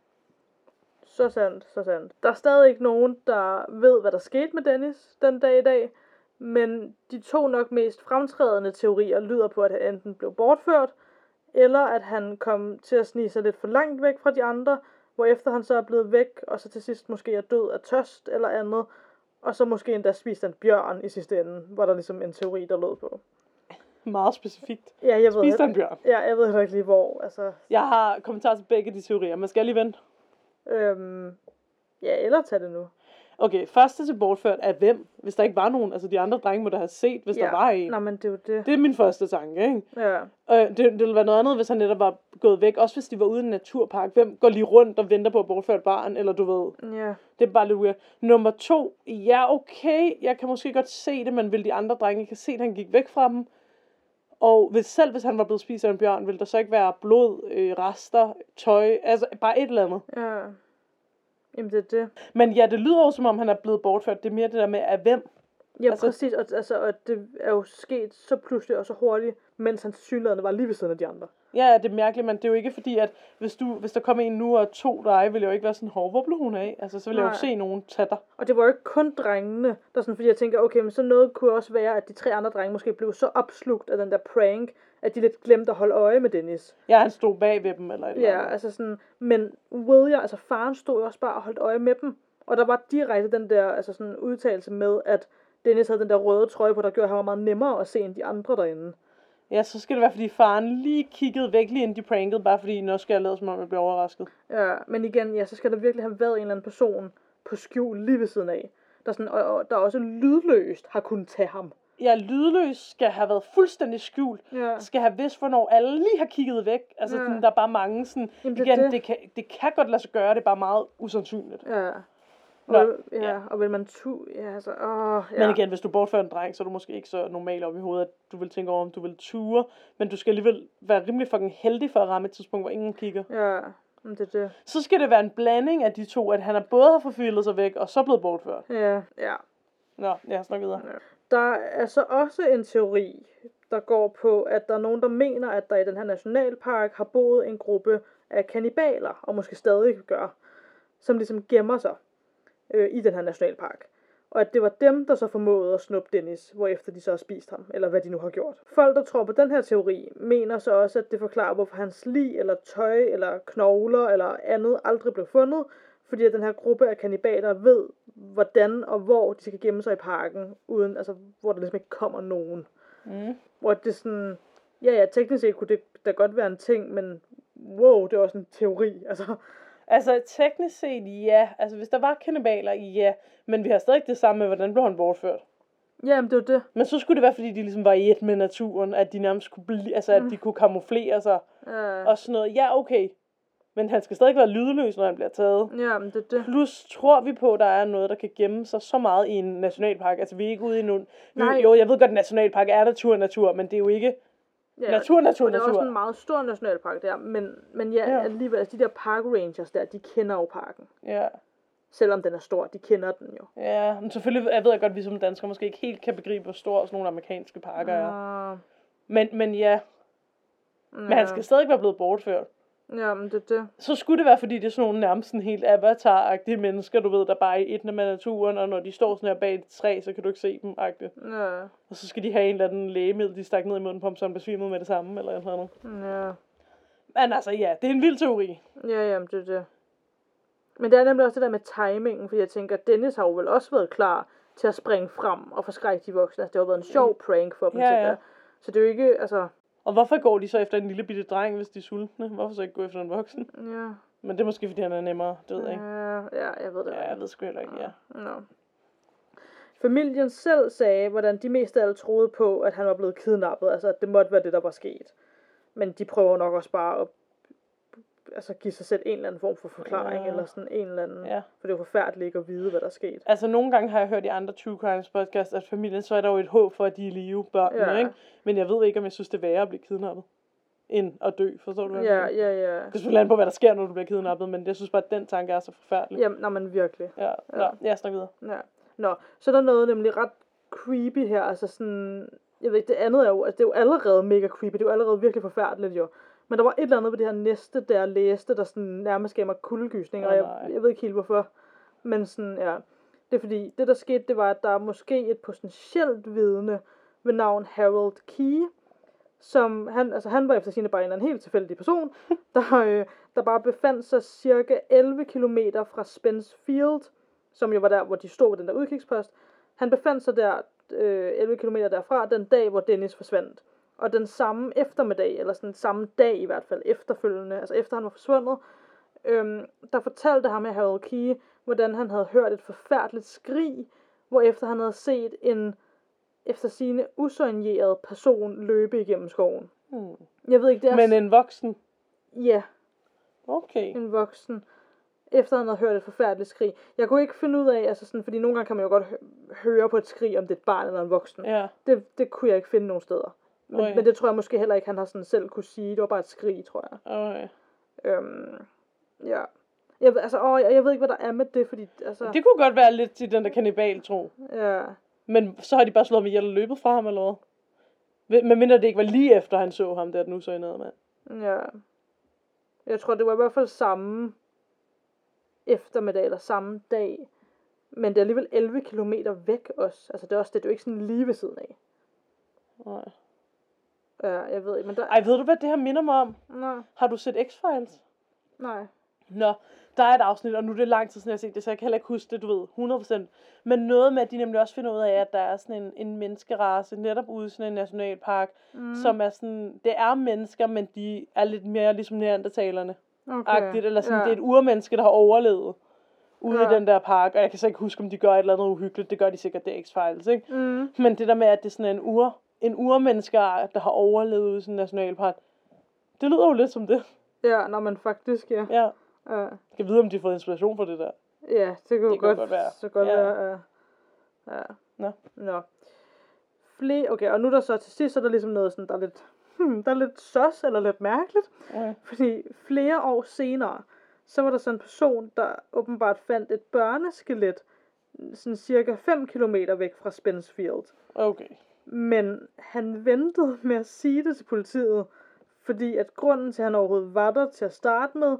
Så sandt, så sandt. Der er stadig ikke nogen, der ved, hvad der skete med Dennis den dag i dag. Men de to nok mest fremtrædende teorier lyder på, at han enten blev bortført, eller at han kom til at snige sig lidt for langt væk fra de andre, hvorefter han så er blevet væk, og så til sidst måske er død af tørst eller andet, og så måske endda spist en bjørn i sidste ende, var der ligesom en teori, der lød på. Meget specifikt. Ja, jeg ved Spiste heller- en bjørn. Ja, jeg ved heller ikke lige hvor, altså, Jeg har kommentarer til begge de teorier, men skal jeg lige vente? øhm, ja, eller tag det nu. Okay, første til bortført er hvem? Hvis der ikke var nogen, altså de andre drenge må da have set, hvis ja. der var en. Nå, men det er jo det. Det er min første tanke, ikke? Ja. Øh, det, det ville være noget andet, hvis han netop var gået væk. Også hvis de var ude i en naturpark. Hvem går lige rundt og venter på at bortføre et barn? Eller du ved, Ja. det er bare lidt weird. Nummer to, ja okay, jeg kan måske godt se det, men vil de andre drenge ikke have set, at han gik væk fra dem? Og hvis, selv hvis han var blevet spist af en bjørn, ville der så ikke være blod, øh, rester, tøj, altså bare et eller andet. Ja. Jamen, det er det. Men ja, det lyder jo som om, han er blevet bortført. Det er mere det der med, af hvem? Ja, Altså- altså, præcis. Og, altså, og det er jo sket så pludselig og så hurtigt, mens han tilsyneladende var lige ved siden af de andre. Ja, det er mærkeligt, men det er jo ikke fordi, at hvis, du, hvis der kommer en nu og to dig, vil jeg jo ikke være sådan, hov, hvor blev hun af? Altså, så vil jeg Nej. jo se nogen tage dig. Og det var jo ikke kun drengene, der sådan, fordi jeg tænker, okay, men så noget kunne også være, at de tre andre drenge måske blev så opslugt af den der prank, at de lidt glemte at holde øje med Dennis. Ja, han stod bag ved dem, eller et eller Ja, andet. altså sådan, men William, altså faren stod jo også bare og holdt øje med dem. Og der var direkte den der, altså sådan udtalelse med, at Dennis havde den der røde trøje på, der gjorde, at han var meget nemmere at se end de andre derinde. Ja, så skal det være, fordi faren lige kiggede væk, lige inden de prankede, bare fordi, nu skal jeg lade, som om jeg bliver overrasket. Ja, men igen, ja, så skal der virkelig have været en eller anden person på skjul lige ved siden af, der, sådan, og, og, der også lydløst har kunnet tage ham. Ja, lydløs skal have været fuldstændig skjult. Ja. Skal have vidst, hvornår alle lige har kigget væk. Altså, Ja. sådan, der er bare mange sådan... Jamen, det er igen, det. det kan, det kan godt lade sig gøre, det er bare meget usandsynligt. Ja. Nå, Og, ja, ja. ja, og vil man tu... Ja, altså, åh, ja. Men igen, hvis du bortfører en dreng, så er du måske ikke så normal op i hovedet, at du vil tænke over, om du vil ture. Men du skal alligevel være rimelig fucking heldig for at ramme et tidspunkt, hvor ingen kigger. Ja, men det er det. Så skal det være en blanding af de to, at han er både har forfilet sig væk, og så blevet bortført. Ja, ja. Nå, jeg snakker videre. Der er så også en teori, der går på, at der er nogen, der mener, at der i den her nationalpark har boet en gruppe af kannibaler, og måske stadig gør, som ligesom gemmer sig. øh, i den her nationalpark. Og at det var dem, der så formåede at snuppe Dennis, hvorefter de så har spist ham, eller hvad de nu har gjort. Folk, der tror på den her teori, mener så også, at det forklarer, hvorfor hans lig, eller tøj, eller knogler, eller andet aldrig blev fundet, fordi at den her gruppe af kannibaler ved, hvordan og hvor de skal gemme sig i parken, uden, altså, hvor der ligesom ikke kommer nogen. Mm. Hvor det er sådan, ja ja, teknisk set kunne det da godt være en ting, men wow, det er også en teori, altså. Altså, teknisk set, ja. Altså, hvis der var kannibaler, ja. Men vi har stadig det samme med, hvordan blev han bortført. Jamen, det er det. Men så skulle det være, fordi de ligesom var i et med naturen, at de nærmest kunne blive, altså, at de kunne kamuflere sig, Ja. og sådan noget. Ja, okay. Men han skal stadig være lydløs, når han bliver taget. Jamen, det er det. Plus, tror vi på, at der er noget, der kan gemme sig så meget i en nationalpark. Altså, vi er ikke ude i nogen... Nej. Jo, jeg ved godt, at nationalpark er natur natur, men det er jo ikke Ja, natur natur og det er også natur. en meget stor nationalpark der, men, men ja, Ja. alligevel, altså de der park rangers der, de kender jo parken. Ja. Selvom den er stor, de kender den jo. Ja, men selvfølgelig jeg ved jeg godt, at vi som danskere måske ikke helt kan begribe, hvor store sådan nogle amerikanske parker er. Uh, Men, men ja, men han skal stadig være blevet bortført. Ja, men det er det. Så skulle det være, fordi det er sådan nogle nærmest sådan helt avatar-agtige mennesker, du ved, der bare er i et med naturen, og når de står sådan her bag et træ, så kan du ikke se dem, agtigt. Ja. Og så skal de have en eller anden lægemiddel, de stak ned i munden på ham, så han besvimede med det samme, eller noget andet. Ja. Men altså, ja, det er en vild teori. Ja, jamen det er det. Men det er nemlig også det der med timingen, fordi jeg tænker, at Dennis har jo vel også været klar til at springe frem og forskrække de voksne. Altså, det har jo været en sjov prank for dem, Ja, tænker ja. jeg. Så det er jo ikke, altså... Og hvorfor går de så efter en lille bitte dreng, hvis de er sultne? Hvorfor så ikke gå efter en voksen? Ja. Men det er måske, fordi han er nemmere, det ved jeg ikke. Ja, ja, jeg ved det. Ja, jeg ved sgu heller ikke, ja. Nå. Familien selv sagde, hvordan de mest af alle troede på, at han var blevet kidnappet. Altså, at det måtte være det, der var sket. Men de prøver nok også bare at altså, give sig selv en eller anden form for forklaring, Ja. eller sådan en eller anden. Ja. For det er jo forfærdeligt ikke at vide, hvad der er sket. Altså, nogle gange har jeg hørt i andre True Crimes podcast, at familien, så er der jo et håb for, at de er i live, børnene, Ja. ikke? Men jeg ved ikke, om jeg synes, det er værre at blive kidnappet, end at dø, forstår du, hvad jeg Ja, mener? ja, ja. Det kan selvfølgelig an på, hvad der sker, når du bliver kidnappet, men jeg synes bare, at den tanke er så forfærdelig. Jamen, nej, men virkelig. Ja, ja. Jeg snakker videre. Ja. Nå, så er der noget nemlig ret creepy her, altså sådan, jeg ved ikke, det andet er jo, altså det er jo allerede mega creepy, det er jo allerede virkelig forfærdeligt jo. Men der var et eller andet ved det her næste, der jeg læste, der sådan nærmest gav mig kuldegysninger, Åh, og jeg, nej. jeg ved ikke helt hvorfor. Men sådan, ja, det er fordi, det der skete, det var, at der er måske et potentielt vidne ved navn Harold Key, som han, altså han var efter sine bare en eller anden helt tilfældig person, der, øh, der bare befandt sig cirka elleve kilometer fra Spence Field, som jo var der, hvor de stod ved den der udkigspost. Han befandt sig der øh, elleve kilometer derfra, den dag, hvor Dennis forsvandt. Og den samme eftermiddag, eller sådan samme dag i hvert fald, efterfølgende, altså efter han var forsvundet, øhm, der fortalte ham med Harold Key, hvordan han havde hørt et forfærdeligt skrig, hvorefter han havde set en, efter sine usøgneret person løbe igennem skoven. Hmm. Jeg ved ikke, det er... Men en voksen? Ja, Okay. en voksen. Efter han havde hørt et forfærdeligt skrig. Jeg kunne ikke finde ud af, altså sådan, fordi nogle gange kan man jo godt hø- høre på et skrig, om det er et barn eller en voksen. Ja. Det, det kunne jeg ikke finde nogen steder. Men, Okay. men det tror jeg måske heller ikke, han har sådan selv kunne sige. Det var bare et skrig, tror jeg. Okay. Øhm, ja. Jeg, ved- altså, åh, jeg, jeg ved ikke, hvad der er med det, fordi, altså, Det kunne godt være lidt til den der kannibal-tro. ja. Men så har de bare slået ham ihjel og løbet fra ham, eller hvad? Men mindre det ikke var lige efter, han så ham, der den usøgnede mand. Ja. Jeg tror, det var i hvert fald samme eftermiddag, eller samme dag. Men det er alligevel elleve kilometer væk også. Altså, det er også det, det er jo ikke sådan lige ved siden af. Nej. Ja, jeg ved ikke, men der... Ej, ved du, hvad det her minder mig om? Nej, Har du set X-Files? nej. Nå, der er et afsnit, og nu er det lang tid siden, jeg har set det, så jeg kan heller ikke huske det, du ved, hundrede procent. Men noget med, at de nemlig også finder ud af, at der er sådan en, en menneskerace, netop ude i sådan en nationalpark, mm. som er sådan, det er mennesker, men de er lidt mere ligesom neandertalerne. Okay. Eller sådan, ja. det er et urmenneske, der har overlevet ude Ja. i den der park, og jeg kan så ikke huske, om de gør et eller andet uhyggeligt, det gør de sikkert, det er X-Files, ikke? Mm. Men det der med, at det er sådan en ur, en urmennesker, der har overlevet ude i sådan en nationalpark, det lyder jo lidt som det. Ja, når man faktisk, ja. Ja. Ja, Jeg kan vide, om de har fået inspiration fra det der. ja det kunne Det godt, kunne godt være. så godt Ja. være. Ja. Ja. Nå. Nå. Flere, okay, og nu er der så til sidst, så er der ligesom noget sådan, der er lidt, hmm, der er lidt sos, eller lidt mærkeligt. Okay. Fordi flere år senere, så var der sådan en person, der åbenbart fandt et børneskelet, sådan cirka fem kilometer væk fra Spence Field. Okay. Men han ventede med at sige det til politiet, fordi at grunden til, at han overhovedet var der til at starte med,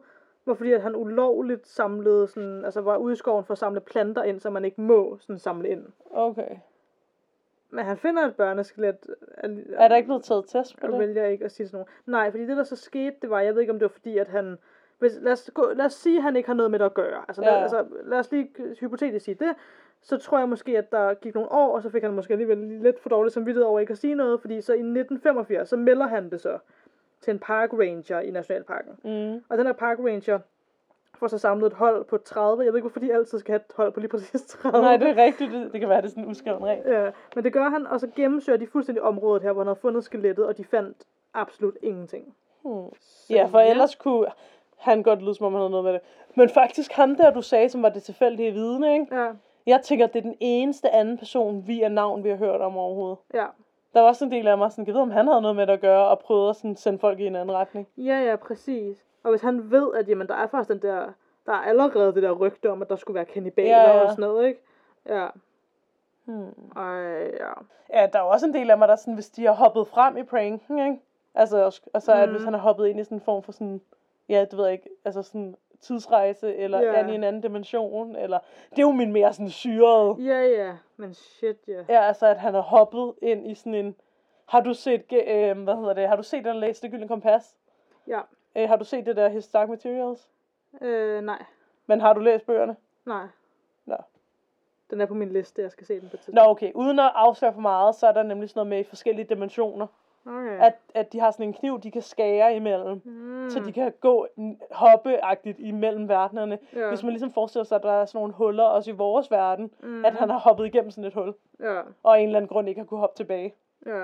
var fordi, at han ulovligt samlede sådan, altså var ude i skoven for at samle planter ind, som man ikke må sådan samle ind. Okay. Men han finder et børneskelet. Er der ikke blevet taget test på det? det? Jeg vælger ikke at sige sådan noget. Nej, fordi det der så skete, det var, jeg ved ikke om det var fordi, at han, hvis, lad, os gå, lad os sige, at han ikke har noget med det at gøre. Altså, ja. lad, altså lad os lige hypotetisk sige det. Så tror jeg måske, at der gik nogle år, og så fik han måske alligevel lidt for dårligt samvittighed over ikke at sige noget, fordi så i nitten femogfirs, så melder han det så til en park ranger i Nationalparken. Mm. Og den her park ranger får så samlet et hold på tredive. Jeg ved ikke, hvorfor de altid skal have et hold på lige præcis tredive. Nej, det er rigtigt. Det, det kan være, det er sådan en uskreven regel. Ja, men det gør han, og så gennemsøger de fuldstændig området her, hvor han havde fundet skelettet, og de fandt absolut ingenting. Hmm. Ja, for ellers kunne han godt lyde, som om han havde noget med det. Men faktisk ham der, du sagde, som var det tilfældige vidne, ikke? Ja. Jeg tænker, det er den eneste anden person via navn, vi har hørt om overhovedet. Ja. Der var også en del af mig, sådan, jeg ved, om han havde noget med det at gøre, og prøvede at sådan, sende folk i en anden retning. Ja, ja, præcis. Og hvis han ved, at jamen, der er faktisk den der, der er allerede det der rygte om, at der skulle være kannibaler ja, ja. og sådan noget, ikke? Ja. Hmm. Ej, ja. Ja, der er også en del af mig, der sådan, hvis de har hoppet frem i pranken, ikke? Altså, og så at mm. hvis han har hoppet ind i sådan en form for sådan, ja, det ved jeg ikke, altså sådan tidsrejse, eller yeah. yeah. i en anden dimension, eller, det er jo min mere sådan syrede. Ja, ja, men shit, ja. Yeah. Ja, altså, at han har hoppet ind i sådan en, har du set, øh, hvad hedder det, har du set den læst Det Gyldne Kompas? Ja. Øh, har du set det der His Dark Materials? Øh, nej. Men har du læst bøgerne? Nej. Nå. Den er på min liste, jeg skal se den på tidspunkt. Nå, okay. Uden at afsløre for meget, så er der nemlig sådan noget med i forskellige dimensioner. Okay. At, at de har sådan en kniv, de kan skære imellem. Mm. Så de kan gå hoppeagtigt imellem verdenerne. Ja. Hvis man ligesom forestiller sig, at der er sådan nogle huller også i vores verden. Mm. At han har hoppet igennem sådan et hul. Ja. Og af en eller anden grund ikke har kunne hoppe tilbage. Ja.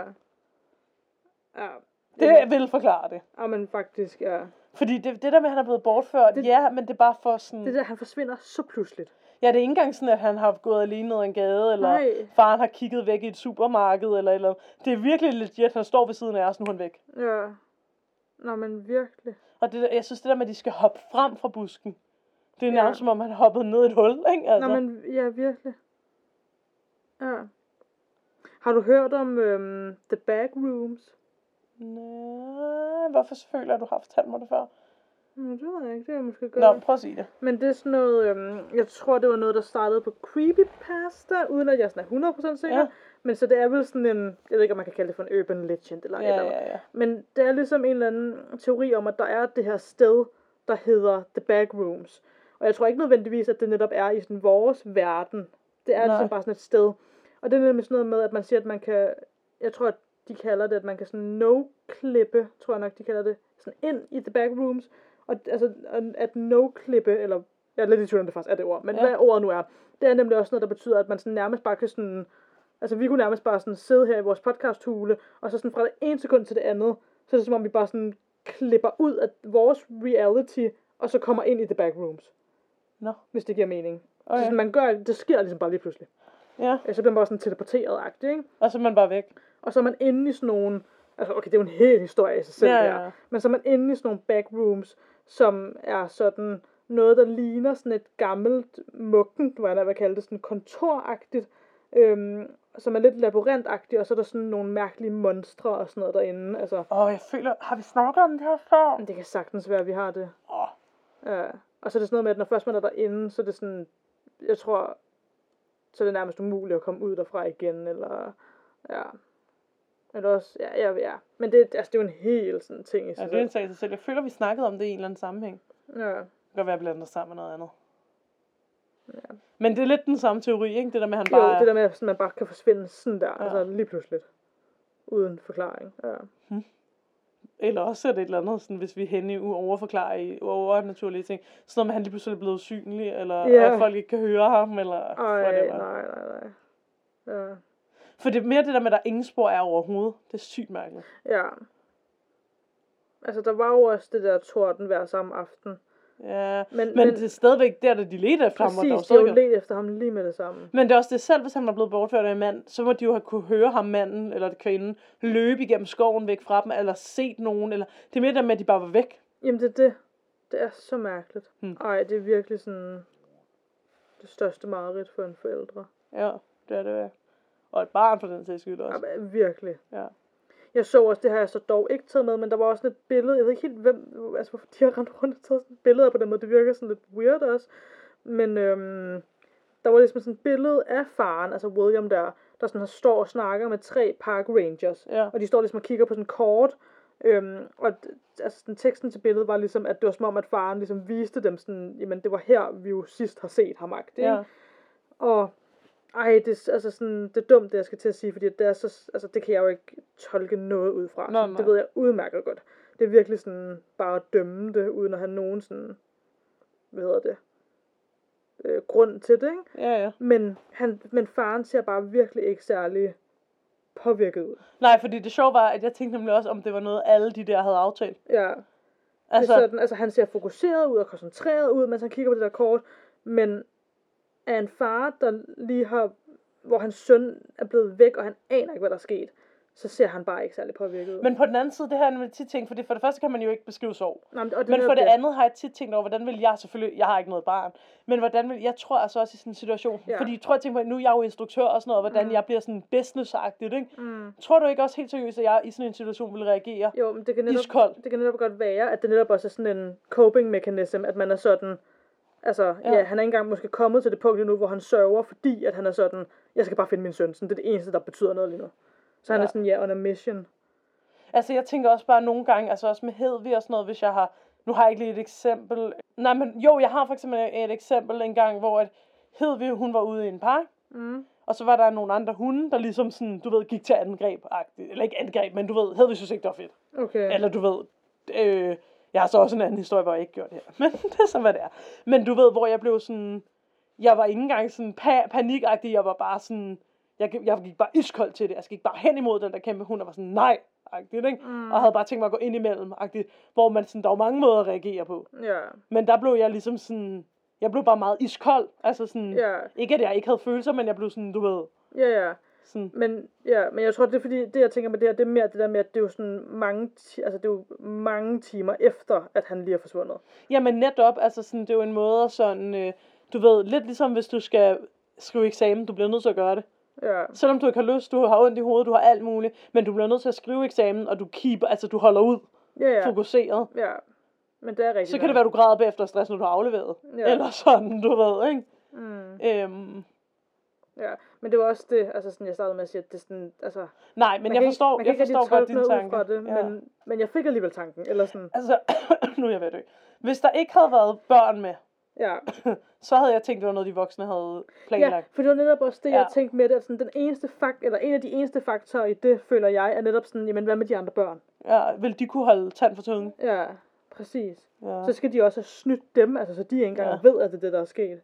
Ja. Det ja. vil forklare det. Ja, men faktisk, ja. Fordi det, det der med, at han er blevet bortført, det, ja, men det er bare for sådan... Det der, han forsvinder så pludseligt. Ja, det er ikke engang sådan, at han har gået alene ned ad en gade, eller Nej. faren har kigget væk i et supermarked, eller eller det er virkelig legit, han står ved siden af os, nu er han væk. Ja. Nå, men virkelig. Og det der, jeg synes, det der med, at de skal hoppe frem fra busken, det er ja. nærmest som om, han hoppede ned i et hul, ikke? Altså. Nå, men ja, virkelig. Ja. Har du hørt om øhm, The Backrooms? Nej, hvorfor føler jeg, at du har fortalt mig det før? Nå, det ved jeg ikke, det er jeg måske godt. Nå, prøv at sige det. Men det er sådan noget, øhm, jeg tror, det var noget, der startede på Creepypasta, uden at jeg sådan er hundrede procent sikker. Ja. Men så det er vel sådan en, jeg ved ikke, om man kan kalde det for en urban legend eller ja, et eller andet. Ja, ja. Men det er ligesom en eller anden teori om, at der er det her sted, der hedder The Backrooms. Og jeg tror ikke nødvendigvis, at det netop er i sådan vores verden. Det er Nej. ligesom bare sådan et sted. Og det er nemlig sådan noget med, at man siger, at man kan, jeg tror, at de kalder det, at man kan sådan no-klippe, tror jeg nok, de kalder det, sådan ind i The Backrooms. Og altså, at no-klippe, eller, jeg er lidt i tvivl om det faktisk er det ord, men ja. hvad ordet nu er, det er nemlig også noget, der betyder, at man sådan nærmest bare kan sådan, altså vi kunne nærmest bare sådan sidde her i vores podcasthule, og så sådan fra det ene sekund til det andet, så er det som om vi bare sådan klipper ud af vores reality, og så kommer ind i The Backrooms. Nå. Hvis det giver mening. Okay. Så sådan, man gør, det sker ligesom bare lige pludselig. Ja. Så bliver man bare sådan teleporteret-agtigt, ikke? Og så er man bare væk. Og så er man inde i sådan nogle, altså okay, det er jo en hel historie i sig selv ja, der, ja. men så er man inde i sådan nogle backrooms, som er sådan noget, der ligner sådan et gammelt mukken, hvad jeg vil kalde det, sådan kontoragtigt, øhm, som er lidt labyrintagtigt, og så er der sådan nogle mærkelige monstre og sådan noget derinde. Altså, Åh, oh, jeg føler, har vi snakket om det her før? Det kan sagtens være, at vi har det. Åh. Oh. Ja. Og så er det sådan noget med, at når først man er derinde, så er det sådan, jeg tror, så er det nærmest umuligt at komme ud derfra igen, eller, ja. Eller også, ja, ja, ja. Men det, altså, det er jo en hel sådan ting i sig ja, det er en sag i sig selv. Jeg føler, vi snakkede om det i en eller anden sammenhæng. Ja. Det kan godt være, blandet sammen med noget andet. Ja. Men det er lidt den samme teori, ikke? Det der med, han jo, bare... det der med, at man bare kan forsvinde sådan der, ja. altså lige pludselig. Uden forklaring, ja. Hmm. Eller også er det et eller andet, sådan, hvis vi er henne i overforklare i overnaturlige ting. Sådan noget med, at han lige pludselig er blevet usynlig, eller yeah. at folk ikke kan høre ham, eller... Ej, nej, nej, nej. Ja. For det er mere det der med, at der ingen spor er overhovedet. Det er sygt mærkeligt. Ja. Altså, der var jo også det der tordenvejr samme aften. Ja, men, men, men det er stadigvæk der, der de ledte efter præcis, ham. Præcis, de har jo ledt efter ham lige med det samme. Men det er også det selv, hvis han var blevet bortført af en mand, så må de jo have kunne høre ham, manden eller kvinden, løbe igennem skoven væk fra dem, eller set nogen, eller det er mere der med, at de bare var væk. Jamen det er det. Det er så mærkeligt. Hmm. Ej, det er virkelig sådan det største mareridt for en forældre. Ja, det er det. Og et barn for den sags skyld også. Ja, virkelig. Ja. jeg så også, det har jeg så dog ikke taget med, men der var også sådan et billede, jeg ved ikke helt, hvem, altså hvorfor de har rendt rundt og taget sådan et billede på den måde, det virker sådan lidt weird også, men øhm, der var ligesom sådan et billede af faren, altså William der, der sådan står og snakker med tre park rangers, Ja. og de står ligesom og kigger på sådan et kort, øhm, og altså den teksten til billedet var ligesom, at det var som om, at faren ligesom viste dem sådan, jamen det var her, vi jo sidst har set ham, ikke? Ja. Og ej, det er altså sådan, det er dumt, det jeg skal til at sige, fordi det er så, altså det kan jeg jo ikke tolke noget ud fra. Nå, Så nej. det ved jeg udmærket godt. Det er virkelig sådan, bare at dømme det, uden at have nogen sådan, hvad hedder det, øh, grund til det, ikke? Ja, ja. Men, han, men faren ser bare virkelig ikke særlig påvirket ud. Nej, fordi det sjove var, at jeg tænkte nemlig også, om det var noget, alle de der havde aftalt. Ja, Altså, det er sådan, altså han ser fokuseret ud og koncentreret ud, mens han kigger på det der kort, men af en far, der lige har, hvor hans søn er blevet væk, og han aner ikke, hvad der er sket, så ser han bare ikke særlig påvirket ud. men på den anden side, det har jeg nemlig tit tænkt, for det, for det første kan man jo ikke beskrive sorg. Nej, men, og det Men er for det det. andet har jeg tit tænkt over, hvordan vil jeg selvfølgelig, jeg har ikke noget barn, men hvordan vil, jeg tror altså også i sådan en situation, Ja. fordi jeg tror, jeg tænker på, nu er jeg jo instruktør og sådan noget, hvordan Mm. jeg bliver sådan business-agtigt, ikke? Mm. Tror du ikke også helt seriøst, at jeg i sådan en situation vil reagere Jo, men det kan, netop, iskoldt? det kan netop godt være, at det netop også er sådan en coping mechanism, at man er sådan, altså, ja, Ja. ja han er ikke engang måske kommet til det punkt nu, hvor han sørger, fordi at han er sådan, jeg skal bare finde min søn, sådan, det er det eneste, der betyder noget lige nu. Så han Ja. er sådan, ja, on a mission. Altså, jeg tænker også bare nogle gange, altså også med Hedvig og sådan noget, hvis jeg har, nu har jeg ikke lige et eksempel. Nej, men jo, jeg har for eksempel et eksempel en gang, hvor at Hedvig, hun var ude i en park, Mm. og så var der nogle andre hunde, der ligesom sådan, du ved, gik til angreb-agtigt. Eller ikke angreb, men du ved, Hedvig synes ikke, det var fedt. Okay. Eller du ved, øh, jeg har så også en anden historie, hvor jeg ikke gjorde det her. Men det er så, hvad det er. Men du ved, hvor jeg blev sådan, jeg var ikke engang sådan pa- panikagtig, jeg var bare sådan, jeg, jeg gik bare iskold til det. Jeg gik bare hen imod den der kæmpe hund, og var sådan, nej, agtigt, ikke? Mm. Og havde bare tænkt mig at gå ind imellem, agtigt, hvor man sådan, der var mange måder at reagere på. Ja. Men der blev jeg ligesom sådan, jeg blev bare meget iskold. Altså sådan, Ja. ikke at jeg ikke havde følelser, men jeg blev sådan, du ved, Ja, ja. sådan, Men, ja, men jeg tror, det er fordi, det jeg tænker med det her, det er mere det der med, at det er jo sådan mange, ti- altså det er jo mange timer efter, at han lige er forsvundet. jamen netop, altså sådan, det er jo en måde sådan, øh, du ved, lidt ligesom hvis du skal skrive eksamen, du bliver nødt til at gøre det. Ja. Selvom du ikke har lyst, du har ondt i hovedet, du har alt muligt, men du bliver nødt til at skrive eksamen, og du keeper, altså du holder ud, Ja, ja. fokuseret. Ja. Men det er rigtigt. Så kan det være, du græder bagefter stress, når du har afleveret. Ja. Eller sådan, du ved, ikke? Mm. Øhm, Ja, men det var også det, altså sådan, jeg startede med at sige, at det er sådan, altså... nej, men man jeg kan forstår, ikke, man kan jeg ikke forstår rigtig godt tolke din noget ud tanke. fra det, Ja. men, men jeg fik alligevel tanken, eller sådan, Altså, nu er jeg ved at dø. Hvis der ikke havde været børn med, ja. så havde jeg tænkt, det var noget, de voksne havde Ja, planlagt. for det var netop også det, Ja. jeg tænkte med det, at sådan, den eneste fakt, eller en af de eneste faktorer i det, føler jeg, er netop sådan, jamen, hvad med de andre børn? Ja, vil de kunne holde tand for tungen? Ja, præcis. Ja. Så skal de også have snydt dem, altså så de ikke engang Ja. ved, at det er det, der er sket.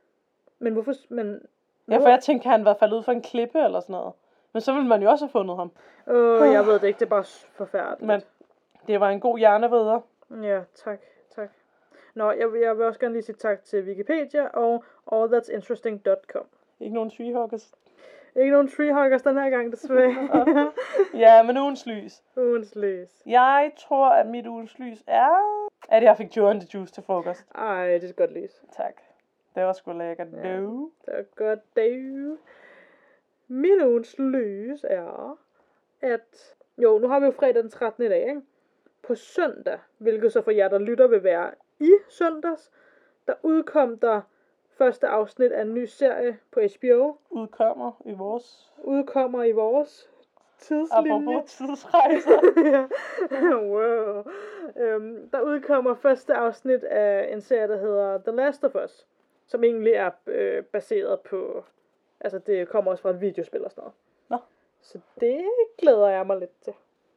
Men hvorfor, men... ja, for jeg tænkte, kan han være faldet ud for en klippe eller sådan noget. Men så ville man jo også have fundet ham. Åh, jeg ved det ikke, det er bare forfærdeligt. Men det var en god hjerneveder. Ja, tak, tak. Nå, jeg, vil- jeg vil også gerne lige sige tak til Wikipedia og all that's interesting dot com. Ikke nogen treehuggers. Ikke nogen treehuggers den her gang, desværre. Ja, men ugens lys. Ugens løs. Jeg tror, at mit ugens lys er, at jeg fik Joe and the Juice til frokost. Ej, det er et godt lys. Tak. Det var sgu lækkert. Ja. No. Det er godt, det. Min ugens lys er, at... Jo, nu har vi jo fredag den trettende i dag, ikke? På søndag, hvilket så for jer, der lytter, vil være i søndags, der udkom der første afsnit af en ny serie på H B O. Udkommer i vores... Udkommer i vores tidslinje. Apropos tidsrejser. Ja. Wow. Øhm, der udkommer første afsnit af en serie, der hedder The Last of Us, som egentlig er øh, baseret på, altså det kommer også fra et videospil og sådan noget. Nå. Så det glæder jeg mig lidt til.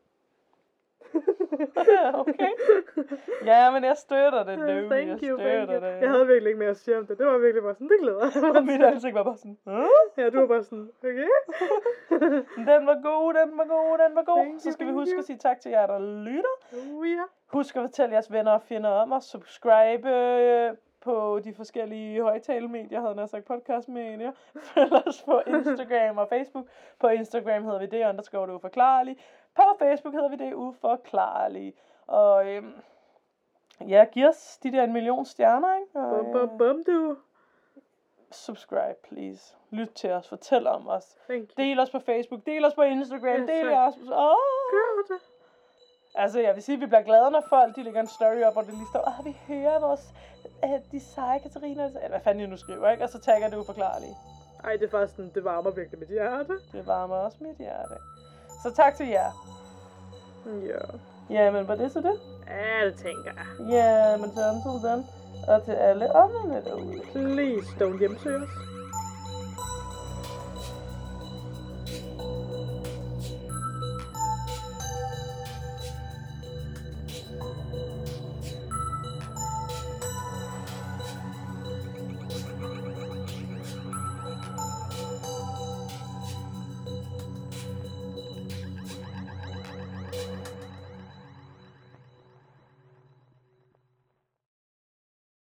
Okay. Ja, men jeg støtter det, Ja, no. thank Jeg you, støtter thank you. det. Jeg havde virkelig ikke mere at sige om det. Det var virkelig bare sådan, det glæder jeg mig Og mit ansigt var bare sådan, Hå? Ja, du var bare sådan, okay. Den var god, den var god, den var god. Thank you, Så skal vi thank huske you. at sige tak til jer, der lytter. Uh, ja. Husk at fortælle jeres venner og fjender om os. Subscribe øh, på de forskellige højtalemedier, havde jeg sagt podcastmedier. Følg os på Instagram og Facebook. På Instagram hedder vi det, underscore det uforklarlige. På Facebook hedder vi det uforklarlige. Og øhm, ja, giv os de der en million stjerner, ikke? Og, Bum, bum, bum, du. subscribe, please. Lyt til os. Fortæl om os. Thank you. Del os på Facebook. Del os på Instagram. Ja, Del tak. os på... Åh! Gør det. Altså, jeg vil sige, at vi bliver glade, når folk de lægger en story op, hvor det lige står, åh, vi hører vores, øh, de seje Katarina, eller hvad fanden I nu skriver, ikke? Og så tagger det uforklarligt. Ej, det er faktisk sådan, det varmer virkelig mit hjerte. Det varmer også mit hjerte. Så tak til jer. Ja. Jamen, var det så det? Ja, det tænker jeg. Jamen, så until then. Og til alle andre derude. Please don't hjemsøge os.